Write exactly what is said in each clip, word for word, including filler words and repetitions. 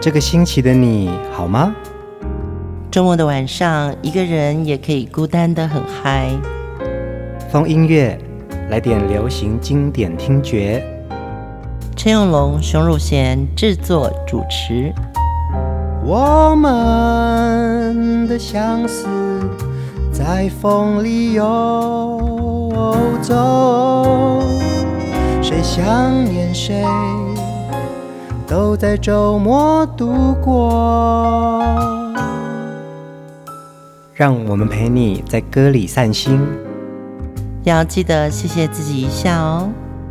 这个星期的你好吗？ 周末的晚上，一个人也可以孤单得很嗨。 风音乐，来点流行经典听觉。 陈永龙、熊汝贤制作主持。 我们的相思在风里游走，谁想念谁，都在周末度过。让我们陪你在歌里散心， 要记得谢谢自己一下哦。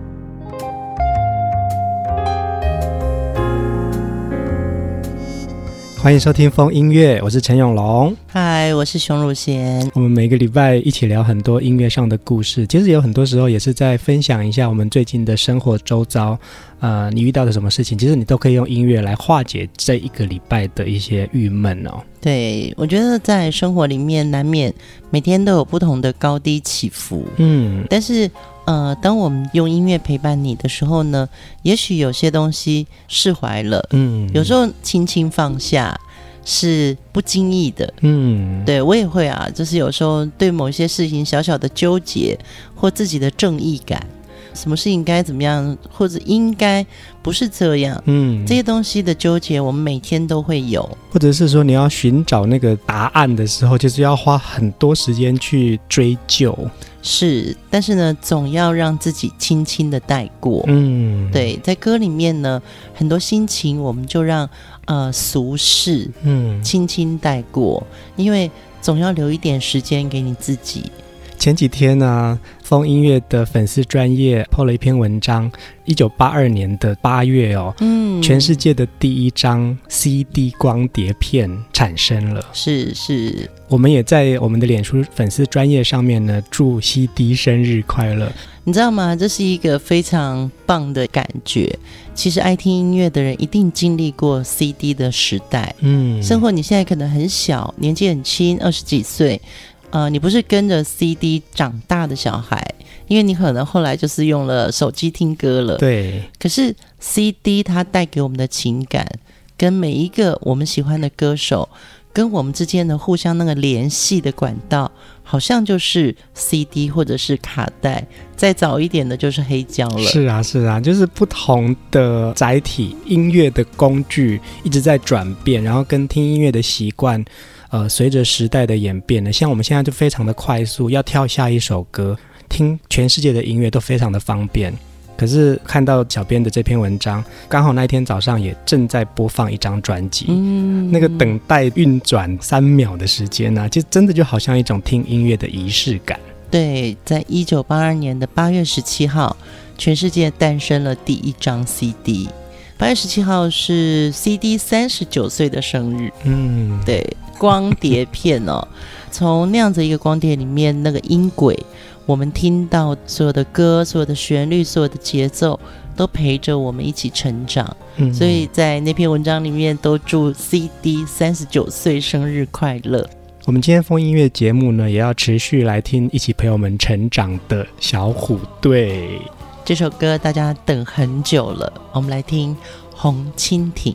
欢迎收听风音乐，我是陈永龙。 嗨，我是熊汝贤。 我们每个礼拜一起聊很多音乐上的故事，其实有很多时候也是在分享一下我们最近的生活周遭，呃，你遇到的什么事情，其实你都可以用音乐来化解这一个礼拜的一些郁闷哦。 对，我觉得在生活里面难免每天都有不同的高低起伏，嗯，但是呃，当我们用音乐陪伴你的时候呢，也许有些东西释怀了，嗯，有时候轻轻放下是不经意的，嗯，对，我也会啊，就是有时候对某些事情小小的纠结或自己的正义感，什么事情该怎么样，或者应该不是这样，嗯，这些东西的纠结我们每天都会有， 或者是说你要寻找那个答案的时候，就是要花很多时间去追究， 是，但是呢总要让自己轻轻的带过，嗯，对，在歌里面呢很多心情我们就让呃俗事嗯轻轻带过，因为总要留一点时间给你自己。 前几天呢、啊，风音乐的粉丝专页 po 了一篇文章，一九八二年的八月哦，嗯，全世界的第一张 C D 光碟片产生了。 是是， 我们也在我们的脸书粉丝专页上面呢，祝 C D 生日快乐。 你知道吗？这是一个非常棒的感觉。其实爱听音乐的人一定经历过 C D 的时代，嗯，生活你现在可能很小，年纪很轻，二十几岁。呃，你不是跟着 C D 长大的小孩，因为你可能后来就是用了手机听歌了。 对。 可是 C D 它带给我们的情感，跟每一个我们喜欢的歌手，跟我们之间的互相那个联系的管道，好像就是 C D 或者是卡带，再早一点的就是黑胶了。 是啊，是啊，就是不同的载体，音乐的工具一直在转变，然后跟听音乐的习惯。呃，随着时代的演变呢，像我们现在就非常的快速，要跳下一首歌，听全世界的音乐都非常的方便。可是看到小编的这篇文章，刚好那天早上也正在播放一张专辑，嗯，那个等待运转三秒的时间呢、啊，就真的就好像一种听音乐的仪式感。 对，在一九八二年的八月十七号，全世界诞生了第一张 C D。八月十七号是 C D 三十九岁的生日，嗯，对，光碟片哦，从那样子一个光碟里面那个音轨，我们听到所有的歌、所有的旋律、所有的节奏，都陪着我们一起成长。嗯，所以在那篇文章里面都祝 C D 三十九岁生日快乐。 我们今天风音乐节目呢，也要持续来听一起陪我们成长的小虎队。 这首歌大家等很久了，我们来听红蜻蜓。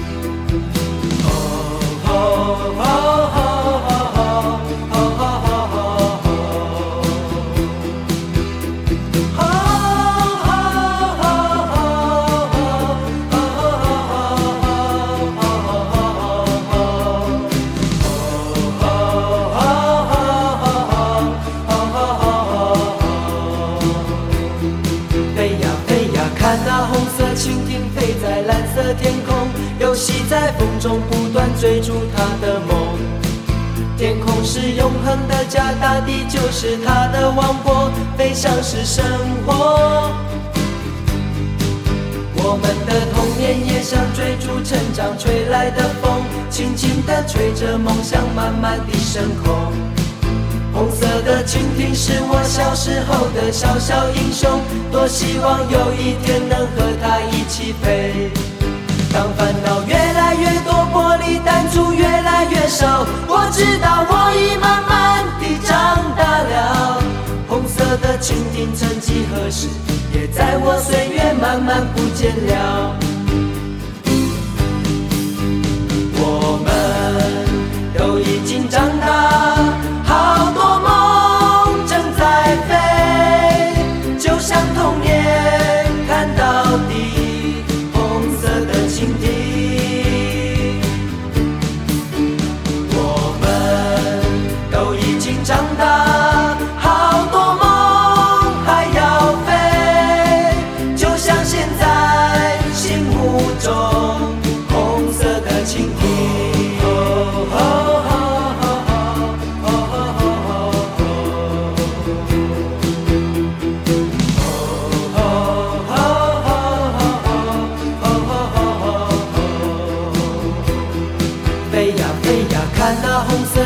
天空游戏在风中，不断追逐他的梦。天空是永恒的家，大地就是他的王国，飞翔是生活。我们的童年也像追逐成长吹来的风，轻轻地吹着梦想慢慢地升空。红色的蜻蜓是我小时候的小小英雄，多希望有一天能和它一起飞。当烦恼越来越多，玻璃弹珠越来越少，我知道我已慢慢地长大了。红色的蜻蜓曾几何时，也在我岁月慢慢不见了。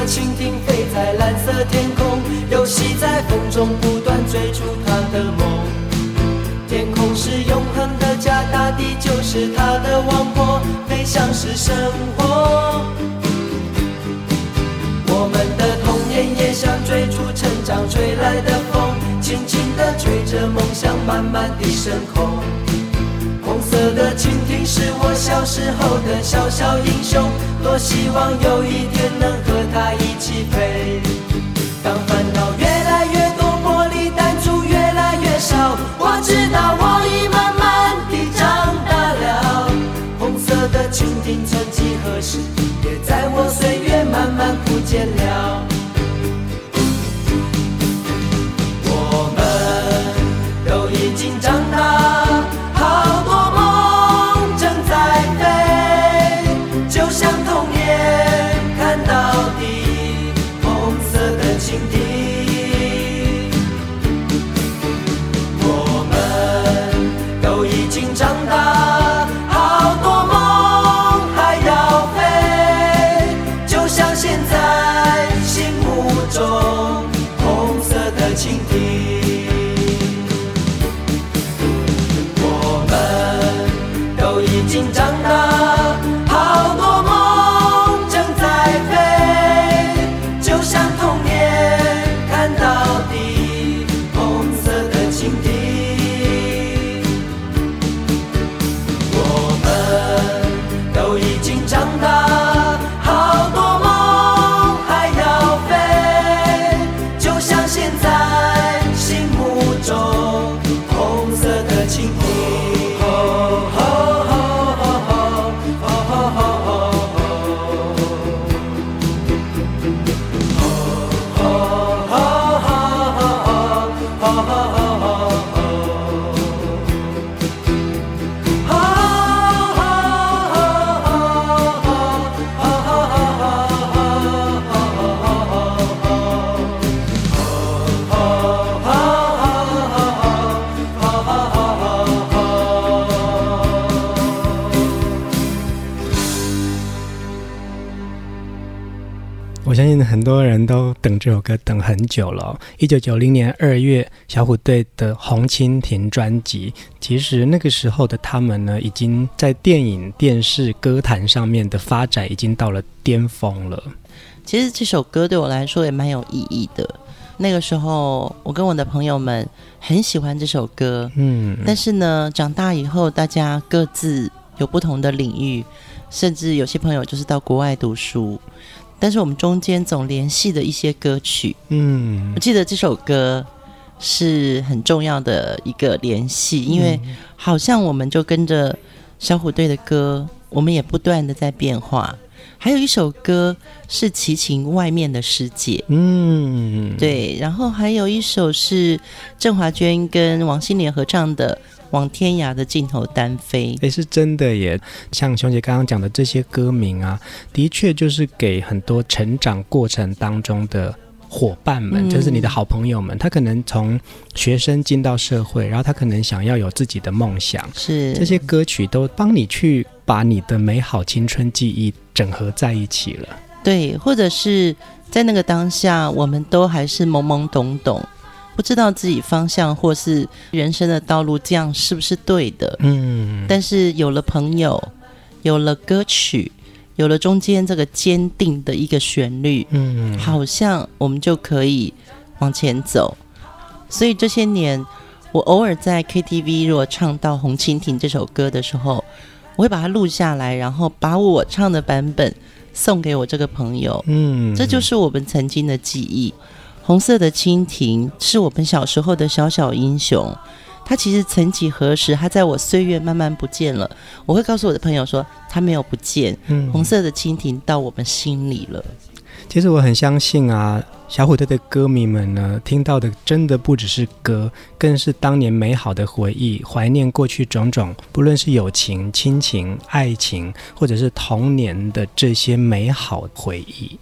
的蜻蜓飞在蓝色天空，游戏在风中不断追逐它的梦。天空是永恒的家，大地就是它的王国，飞翔是生活。我们的童年也像追逐成长吹来的风，轻轻地吹着梦想慢慢地升空。红色的蜻蜓是我小时候的小小英雄，多希望有一天能和它一起飞。当烦恼越来越多，玻璃弹珠越来越少，我知道我已慢慢地长大了。红色的蜻蜓曾几何时也在我岁月慢慢不见了。我们都已经长大，好多梦正在飞，就像童年看到底红色的蜻蜓。我们都已经长大，好多梦还要飞，就像现在心目中红色的蜻蜓。我们都已经长大，好多梦正在飞，就像童年看到底红色的蜻蜓。我们都已经长大，好多梦还要飞，就像现在心目中红色的蜻蜓。 我相信很多人都等这首歌等很久了哦。一九九零年二月，小虎队的《红蜻蜓》专辑，其实那个时候的他们呢，已经在电影、电视、歌坛上面的发展已经到了巅峰了。 其实这首歌对我来说也蛮有意义的。那个时候，我跟我的朋友们很喜欢这首歌，嗯，但是呢，长大以后，大家各自有不同的领域，甚至有些朋友就是到国外读书。但是我们中间总联系的一些歌曲，嗯，我记得这首歌是很重要的一个联系，因为好像我们就跟着小虎队的歌，我们也不断的在变化。还有一首歌是齐秦外面的世界，嗯，对，然后还有一首是郑华娟跟王心莲合唱的往天涯的尽头单飞。 也是真的耶，像熊姐刚刚讲的这些歌名啊，的确就是给很多成长过程当中的伙伴们，就是你的好朋友们，他可能从学生进到社会，然后他可能想要有自己的梦想， 是这些歌曲都帮你去把你的美好青春记忆整合在一起了。 对，或者是在那个当下，我们都还是懵懵懂懂，不知道自己方向或是人生的道路这样是不是对的，嗯，但是有了朋友，有了歌曲，有了中间这个坚定的一个旋律，嗯，好像我们就可以往前走。所以这些年我偶尔在 K T V 如果唱到《红蜻蜓》这首歌的时候，我会把它录下来，然后把我唱的版本送给我这个朋友，嗯，这就是我们曾经的记忆。红色的蜻蜓是我们小时候的小小英雄，他其实曾几何时，他在我岁月慢慢不见了，我会告诉我的朋友说他没有不见，嗯，红色的蜻蜓到我们心里了。 其实我很相信啊，小虎队的歌迷们呢，听到的真的不只是歌，更是当年美好的回忆，怀念过去种种，不论是友情、亲情、爱情，或者是童年的这些美好回忆。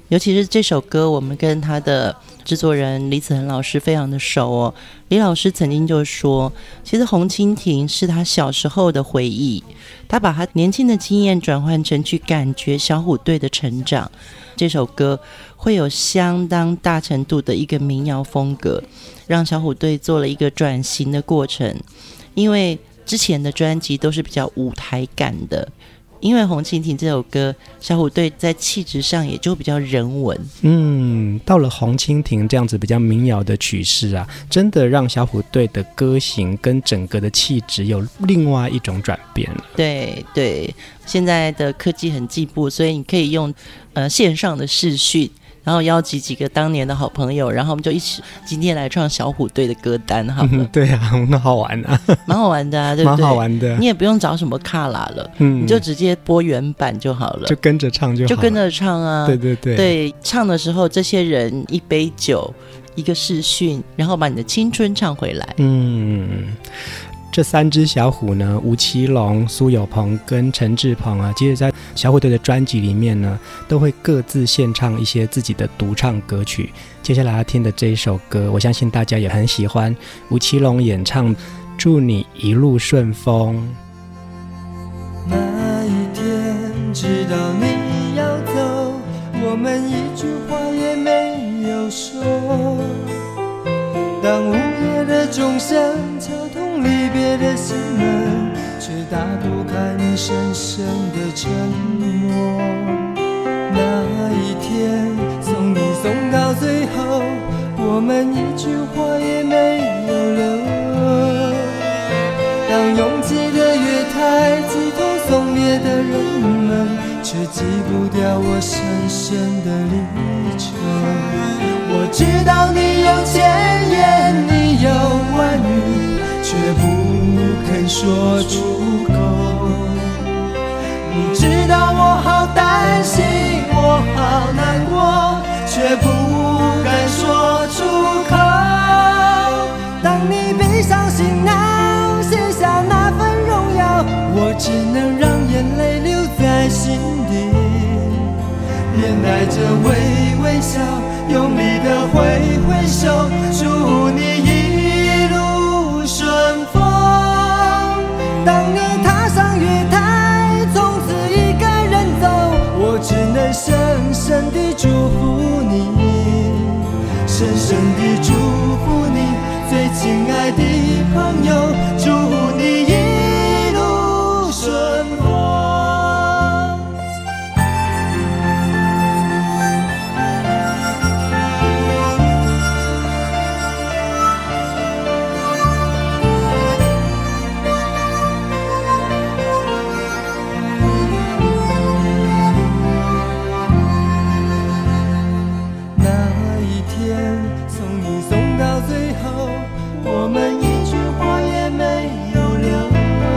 尤其是这首歌，我们跟他的制作人李子恒老师非常的熟哦。李老师曾经就说，其实红蜻蜓是他小时候的回忆，他把他年轻的经验转换成去感觉小虎队的成长。这首歌会有相当大程度的一个民谣风格，让小虎队做了一个转型的过程。因为之前的专辑都是比较舞台感的，因为红蜻蜓这首歌，小虎队在气质上也就比较人文。 嗯，到了红蜻蜓这样子比较民谣的曲式啊，真的让小虎队的歌型跟整个的气质有另外一种转变了。 对对，现在的科技很进步，所以你可以用呃线上的视讯，然后邀集几个当年的好朋友，然后我们就一起今天来唱小虎队的歌单好了、 嗯、对啊，很好玩啊， 蛮好玩的啊，对不对？ 蛮好玩的， 你也不用找什么卡拉了、嗯、你就直接播原版就好了， 就跟着唱就好了， 就跟着唱啊。 对对对对，唱的时候这些人一杯酒一个视讯，然后把你的青春唱回来。 嗯，这三只小虎呢，吴奇隆、苏有朋跟陈志朋啊，其实在小虎队的专辑里面呢，都会各自献唱一些自己的独唱歌曲。接下来要听的这一首歌，我相信大家也很喜欢，吴奇隆演唱《祝你一路顺风》。 那一天知道你要走，我们一句话也没有说，当午夜的钟声敲痛离别的心门，却打不开你深深的沉默。那一天送你送到最后，我们一句话也没有留，当拥挤的月台挤痛送别的人们，却挤不掉我深深的离愁。我知道你有千言，你有万语，却不肯说出口。你知道我好担心，我好难过，却不敢说出口。当你背上行囊，卸下那份荣耀，我只能让眼泪留在心底，面带着微微笑，用力的挥挥手，祝你一路顺风。当你踏上月台，从此一个人走，我只能深深地祝福你，深深地祝福你，最亲爱的朋友，祝你一路顺风。我们一句话也没有留，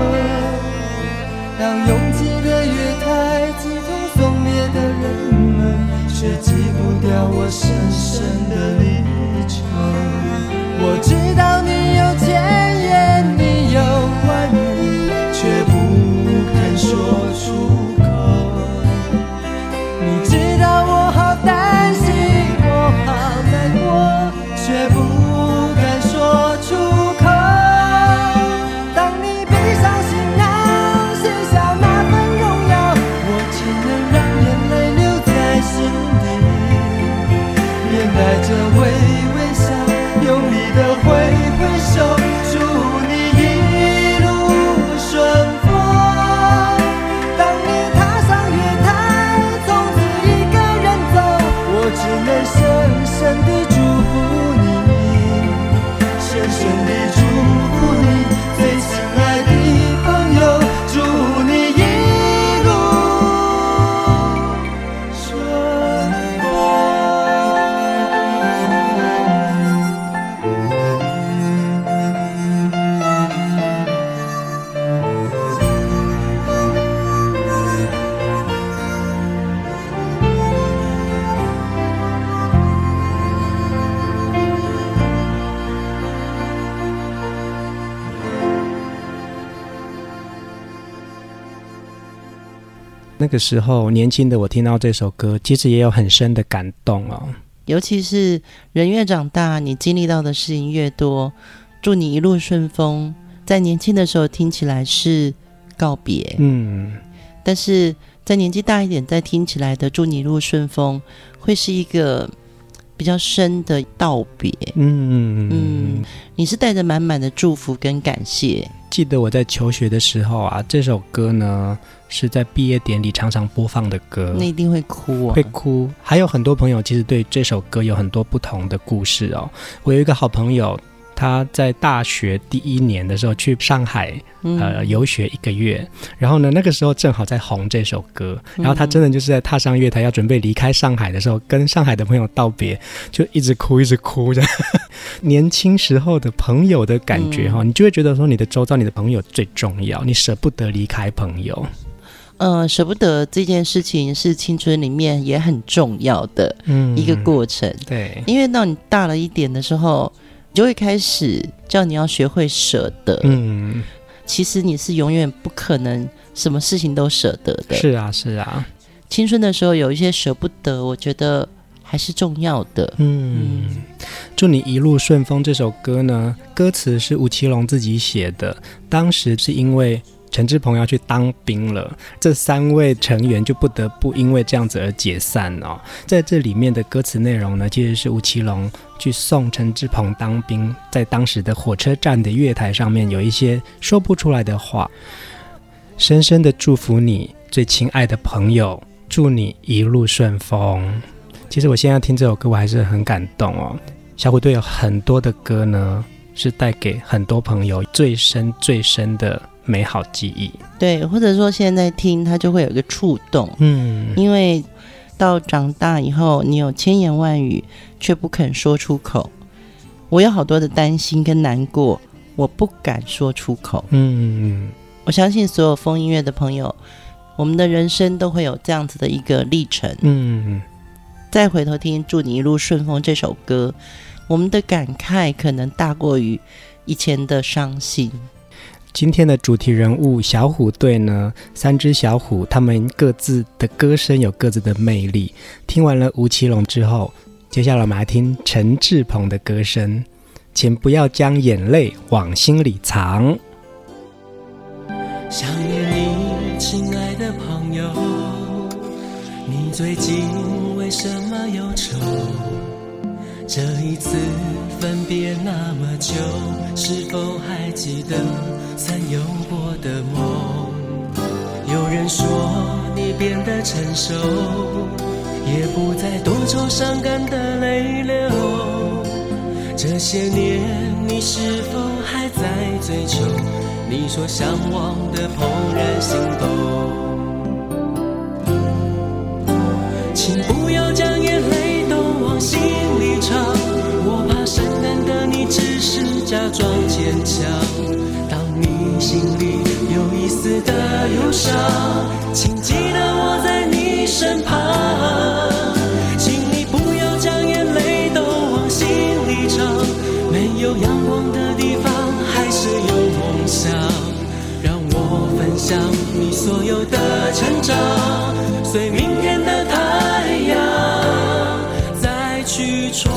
当拥挤的月台挤痛送别的人们，却挤不掉我深深的离愁。我知道你有千言，你有万语，却不肯说出口。你知道我好担心，我好难过，却不说出口。当你背上行囊，卸下那份那个时候年轻的我听到这首歌，其实也有很深的感动哦。 尤其是人越长大，你经历到的事情越多，祝你一路顺风。在年轻的时候听起来是告别，嗯，但是在年纪大一点再听起来的祝你一路顺风，会是一个比较深的道别。嗯嗯，你是带着满满的祝福跟感谢。 记得我在求学的时候啊，这首歌呢是在毕业典礼常常播放的歌， 那一定会哭啊， 会哭。还有很多朋友其实对这首歌有很多不同的故事哦。我有一个好朋友，他在大学第一年的时候去上海呃游学一个月，然后呢那个时候正好在红这首歌，然后他真的就是在踏上月台要准备离开上海的时候，跟上海的朋友道别，就一直哭一直哭的。年轻时候的朋友的感觉、嗯、你就会觉得说你的周遭你的朋友最重要，你舍不得离开朋友。 呃，舍不得这件事情是青春里面也很重要的一个过程、嗯、 对， 因为到你大了一点的时候，你就会开始叫你要学会舍得。嗯，其实你是永远不可能什么事情都舍得的。 是啊是啊， 青春的时候有一些舍不得，我觉得还是重要的。 嗯，嗯，祝你一路顺风这首歌呢，歌词是吴奇隆自己写的，当时是因为陈志朋要去当兵了，这三位成员就不得不因为这样子而解散哦。在这里面的歌词内容呢，其实是吴奇隆去送陈志朋当兵，在当时的火车站的月台上面有一些说不出来的话。深深的祝福你最亲爱的朋友，祝你一路顺风。其实我现在听这首歌我还是很感动哦。小虎队有很多的歌呢是带给很多朋友最深最深的美好记忆。 对，或者说现在听它就会有一个触动。嗯，因为到长大以后你有千言万语却不肯说出口，我有好多的担心跟难过我不敢说出口。嗯，我相信所有风音乐的朋友，我们的人生都会有这样子的一个历程。嗯，再回头听祝你一路顺风这首歌，我们的感慨可能大过于以前的伤心。 今天的主题人物小虎队呢，三只小虎他们各自的歌声有各自的魅力。听完了吴奇隆之后，接下来我们来听陈志朋的歌声，请不要将眼泪往心里藏。 想念你亲爱的朋友，你最近为什么忧愁？这一次分别那么久，是否还记得曾有过的梦？有人说你变得成熟，也不再多愁伤感的泪流。这些年你是否还在追求你所向往的怦然心动？请不要将眼泪都往心里藏，我怕深深的你只是假装坚强。当你心里有一丝的忧伤，请记得我在你身旁。请你不要将眼泪都往心里藏，没有阳光的地方还是有梦想。让我分享你所有的成长，随明天的太阳再去闯。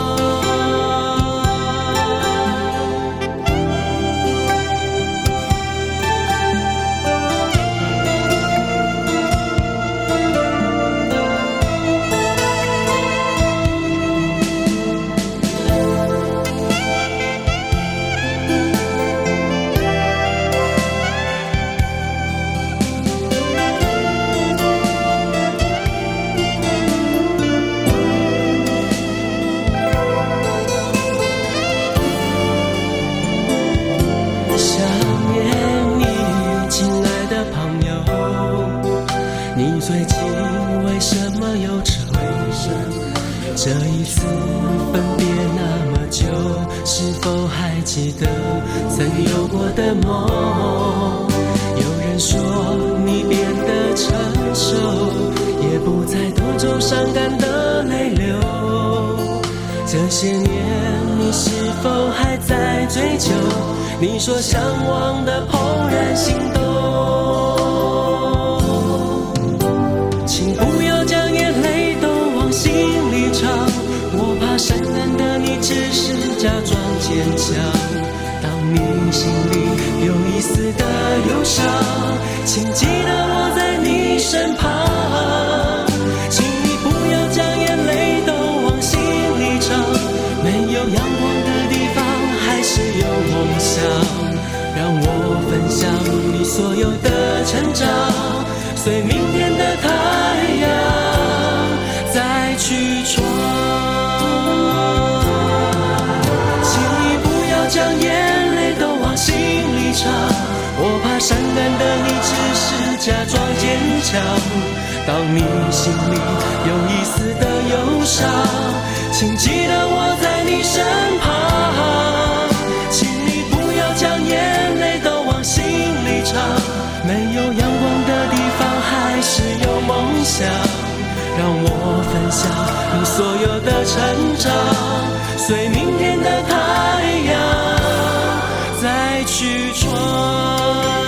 这一次分别那么久，是否还记得曾有过的梦？有人说你变得成熟，也不再多愁伤感的泪流。这些年你是否还在追求你所向往的怦然心动？ 心里有一丝的忧伤，请记得我在你身旁，请你不要将眼泪都往心里藏，没有阳光的地方还是有梦想，让我分享你所有的成长，随明天的太阳再去闯。请你不要将眼泪都往心里藏，我怕伤感的你只是假装坚强，当你心里有一丝的忧伤，请记得我在你身旁，请你不要将眼泪都往心里藏，没有阳光的地方还是有梦想，让我分享你所有的成长，随明天的太阳再去闯。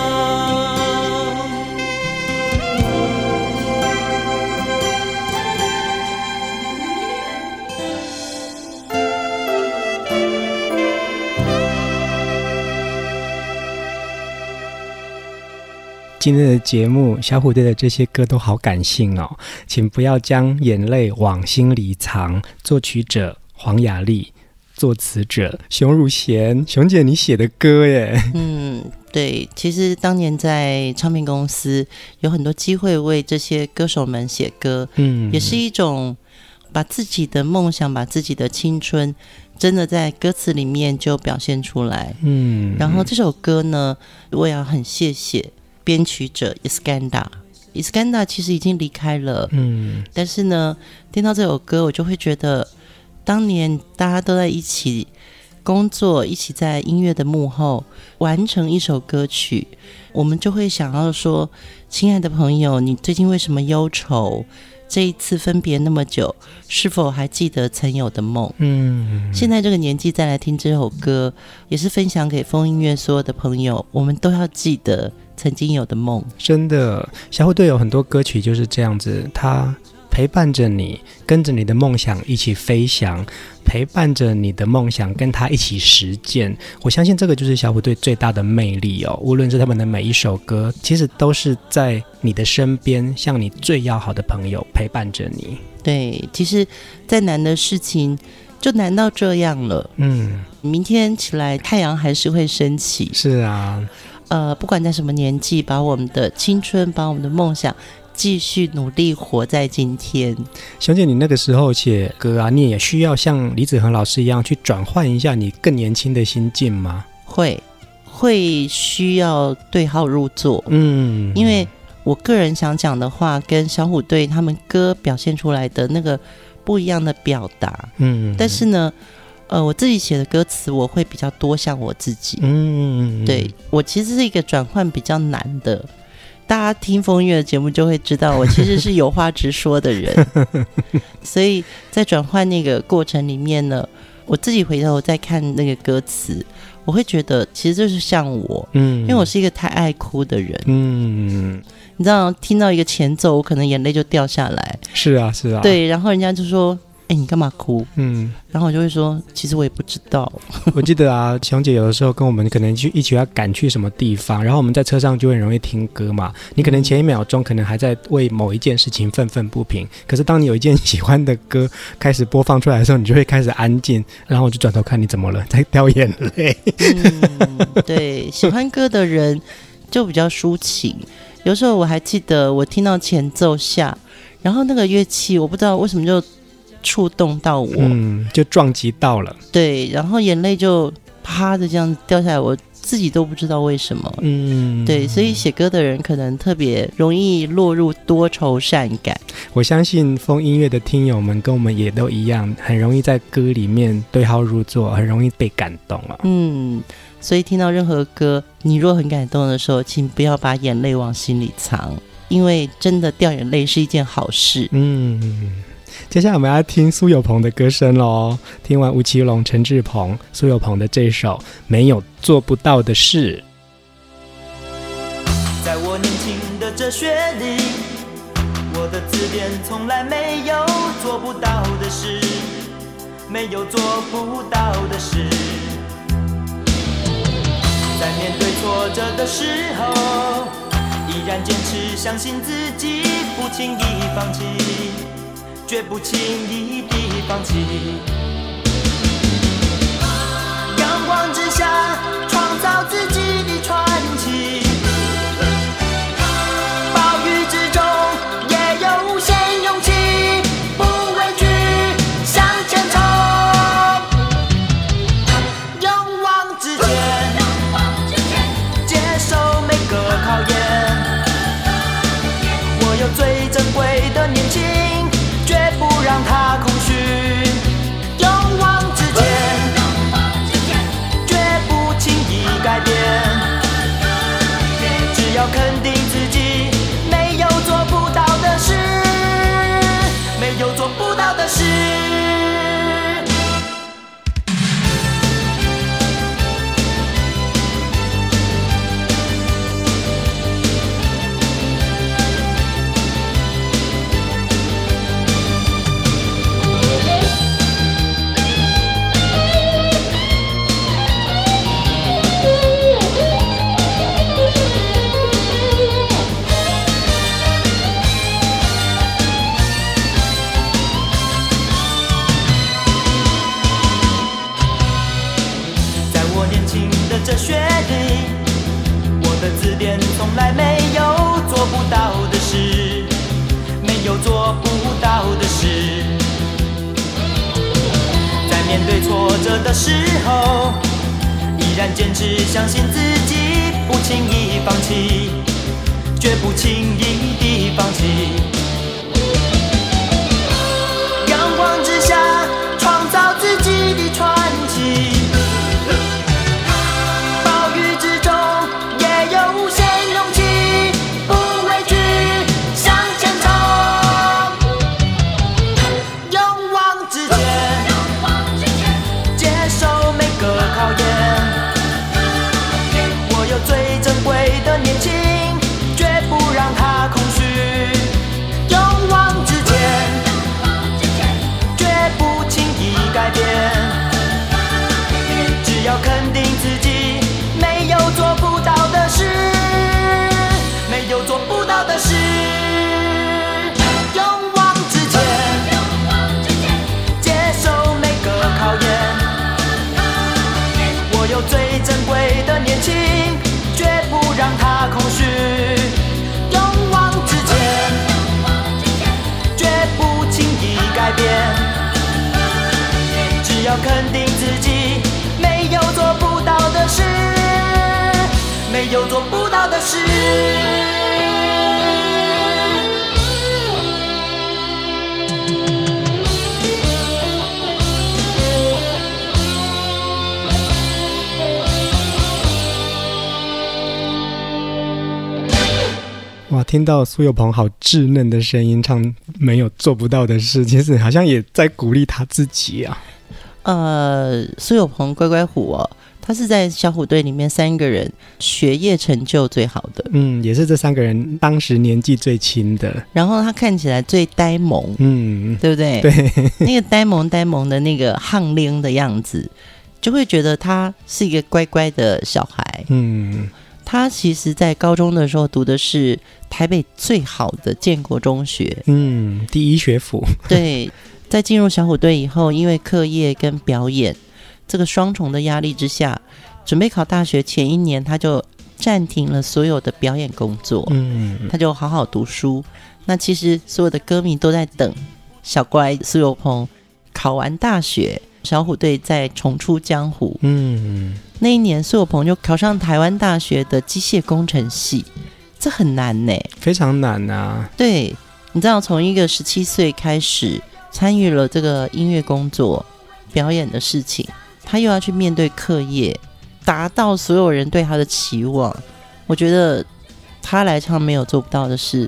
今天的节目小虎队的这些歌都好感性哦，请不要将眼泪往心里藏。作曲者黄雅莉，作词者熊汝贤。熊姐你写的歌耶。 嗯，对，其实当年在唱片公司有很多机会为这些歌手们写歌，嗯，也是一种把自己的梦想，把自己的青春真的在歌词里面就表现出来。嗯，然后这首歌呢，我也要很谢谢编曲者 Iskandar Iskandar 其实已经离开了，嗯，但是呢听到这首歌我就会觉得当年大家都在一起工作，一起在音乐的幕后完成一首歌曲，我们就会想要说，亲爱的朋友，你最近为什么忧愁？这一次分别那么久，是否还记得曾有的梦？嗯，现在这个年纪再来听这首歌，也是分享给风音乐所有的朋友，我们都要记得曾经有的梦。 真的，小虎队有很多歌曲就是这样子，它陪伴着你，跟着你的梦想一起飞翔，陪伴着你的梦想跟他一起实践。我相信这个就是小虎队最大的魅力哦。无论是他们的每一首歌，其实都是在你的身边，像你最要好的朋友陪伴着你。 对，其实再难的事情就难到这样了。嗯，明天起来太阳还是会升起。 是啊， 呃，不管在什么年纪，把我们的青春，把我们的梦想继续努力活在今天。 熊姐，你那个时候写歌啊，你也需要像李子恒老师一样去转换一下你更年轻的心境吗？ 会会需要对号入座。嗯，因为我个人想讲的话跟小虎队他们歌表现出来的那个不一样的表达。嗯，但是呢呃，我自己写的歌词我会比较多像我自己。嗯，对，我其实是一个转换比较难的，大家听风乐的节目就会知道我其实是有话直说的人所以在转换那个过程里面呢，我自己回头再看那个歌词，我会觉得其实就是像我。嗯，因为我是一个太爱哭的人。嗯，你知道听到一个前奏我可能眼泪就掉下来。 是啊是啊， 对，然后人家就说哎、欸，你干嘛哭？嗯，然后我就会说，其实我也不知道。 我记得啊，熊姐有的时候跟我们可能去一起要赶去什么地方，然后我们在车上就会很容易听歌嘛。你可能前一秒钟可能还在为某一件事情愤愤不平，可是当你有一件喜欢的歌开始播放出来的时候，你就会开始安静，然后我就转头看你怎么了，在掉眼泪。 嗯，对，喜欢歌的人就比较抒情。有时候我还记得我听到前奏下，然后那个乐器我不知道为什么就触动到我， 嗯，就撞击到了， 对，然后眼泪就啪的这样掉下来，我自己都不知道为什么。嗯，对，所以写歌的人可能特别容易落入多愁善感。 我相信风音乐的听友们跟我们也都一样，很容易在歌里面对号入座，很容易被感动啊。 嗯，所以听到任何歌，你若很感动的时候，请不要把眼泪往心里藏，因为真的掉眼泪是一件好事。 嗯，接下来我们要听苏有朋的歌声咯。听完吴奇隆、陈志朋、苏有朋的这首《没有做不到的事》。 在我年轻的哲学里，我的字典从来没有做不到的事，没有做不到的事。 在面对挫折的时候，依然坚持相信自己，不轻易放弃，绝不轻易地放弃。阳光之下创造自己的传奇，暴雨之中也有无限勇气，不畏惧向前冲，勇往直前，接受每个考验。我有最珍贵的年轻，绝不让它空虚，勇往直前，绝不轻易改变。只要肯定自己，没有做不到的事，没有做不到的事。这学历，我的字典从来没有做不到的事，没有做不到的事。在面对挫折的时候，依然坚持相信自己，不轻易放弃，绝不轻易地放弃。阳光之下创造自己的传奇，只要肯定自己，没有做不到的事，没有做不到的事。勇往直前，接受每个考验。我有最珍贵的年轻，绝不让它空虚。勇往直前，绝不轻易改变。只要肯定自己，没有做不到的事，没有做不到的事。 哇，听到苏有朋好稚嫩的声音唱没有做不到的事，其实好像也在鼓励他自己啊。 呃，苏有朋乖乖虎哦，他是在小虎队里面三个人学业成就最好的， 嗯，也是这三个人当时年纪最轻的， 然后他看起来最呆萌，嗯，对不对？ 对， 那个呆萌呆萌的那个憨灵的样子，就会觉得他是一个乖乖的小孩。嗯，他其实在高中的时候读的是台北最好的建国中学，嗯， 第一学府， 对。在进入小虎队以后，因为课业跟表演这个双重的压力之下，准备考大学前一年，他就暂停了所有的表演工作，嗯，他就好好读书。那其实所有的歌迷都在等小乖苏有朋考完大学，小虎队再重出江湖。嗯，那一年苏有朋就考上台湾大学的机械工程系，这很难呢， 非常难啊。 对，你知道从一个十七岁开始参与了这个音乐工作表演的事情，他又要去面对课业，达到所有人对他的期望，我觉得他来唱没有做不到的事，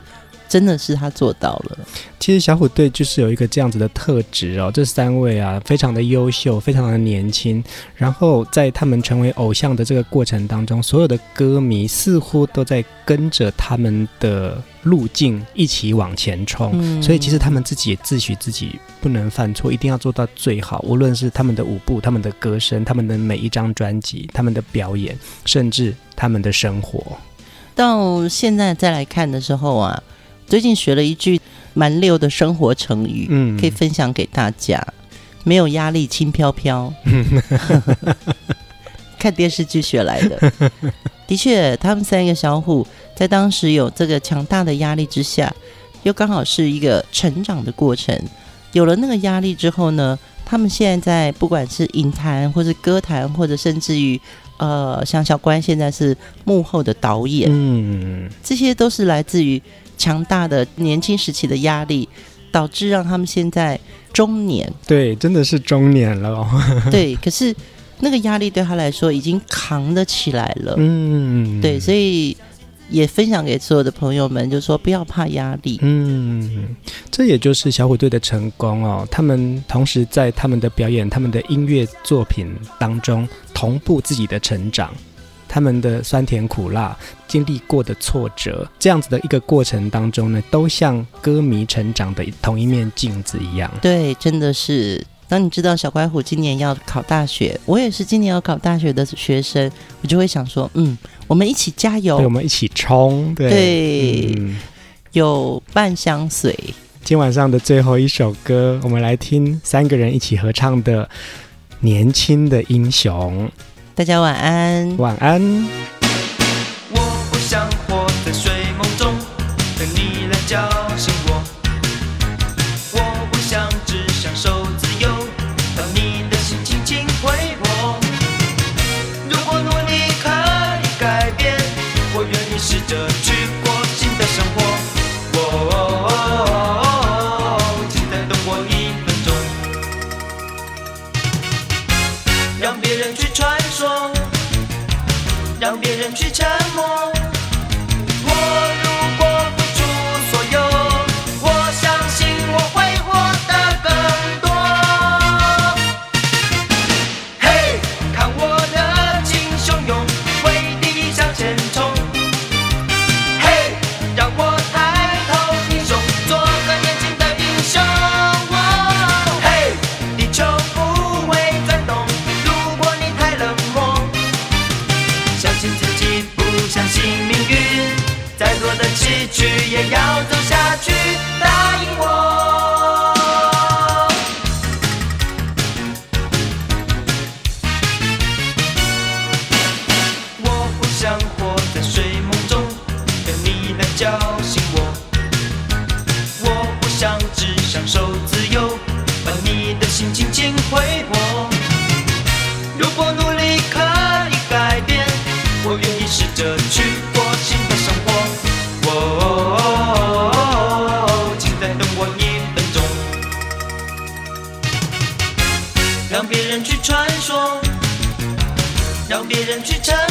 真的是他做到了。 其实小虎队就是有一个这样子的特质哦，这三位啊非常的优秀，非常的年轻，然后在他们成为偶像的这个过程当中，所有的歌迷似乎都在跟着他们的路径一起往前冲、嗯、所以其实他们自己也自诩自己不能犯错，一定要做到最好，无论是他们的舞步、他们的歌声、他们的每一张专辑、他们的表演，甚至他们的生活。 到现在再来看的时候啊，最近学了一句蛮溜的生活成语、嗯、可以分享给大家，没有压力轻飘飘看电视剧学来的。的确他们三个小虎在当时有这个强大的压力之下，又刚好是一个成长的过程，有了那个压力之后呢，他们现在在不管是影坛或是歌坛，或者甚至于呃，像小关现在是幕后的导演，嗯，这些都是来自于强大的年轻时期的压力，导致让他们现在中年， 对，真的是中年了、哦、 对，可是那个压力对他来说已经扛得起来了，嗯，对，所以也分享给所有的朋友们，就是说不要怕压力。 嗯，这也就是小虎队的成功哦。他们同时在他们的表演、他们的音乐作品当中同步自己的成长，他们的酸甜苦辣、经历过的挫折，这样子的一个过程当中呢，都像歌迷成长的同一面镜子一样。 对，真的是。当你知道小乖虎今年要考大学，我也是今年要考大学的学生，我就会想说，嗯，我们一起加油， 对，我们一起冲，对， 对嗯、有伴相随。 今晚上的最后一首歌，我们来听三个人一起合唱的《年轻的英雄》。 大家晚安， 晚安。 我不想活在睡梦中，等你来叫醒我。我不想只享受自由，当你的心轻轻回我。如果努力可以改变，我愿意试着去过新的生活。哦，请再等我一分钟，让别人去传说，让别人去沉默。我如果付出所有，我相信我会获得更多。嘿，看我热情汹涌，为理想前冲。嘿，让我抬头挺胸，做个年轻的英雄。嘿，地球不会转动，如果你太冷漠。相信自己，不相信命运，再多的崎岖也要走下去，答应我。我不想活在睡梦中，等你来叫醒我。我不想只享受自由，把你的心轻轻回我。如果努力可以改变，我愿意试着去过新的生活。哦，请再等我一分钟，让别人去传说，让别人去沉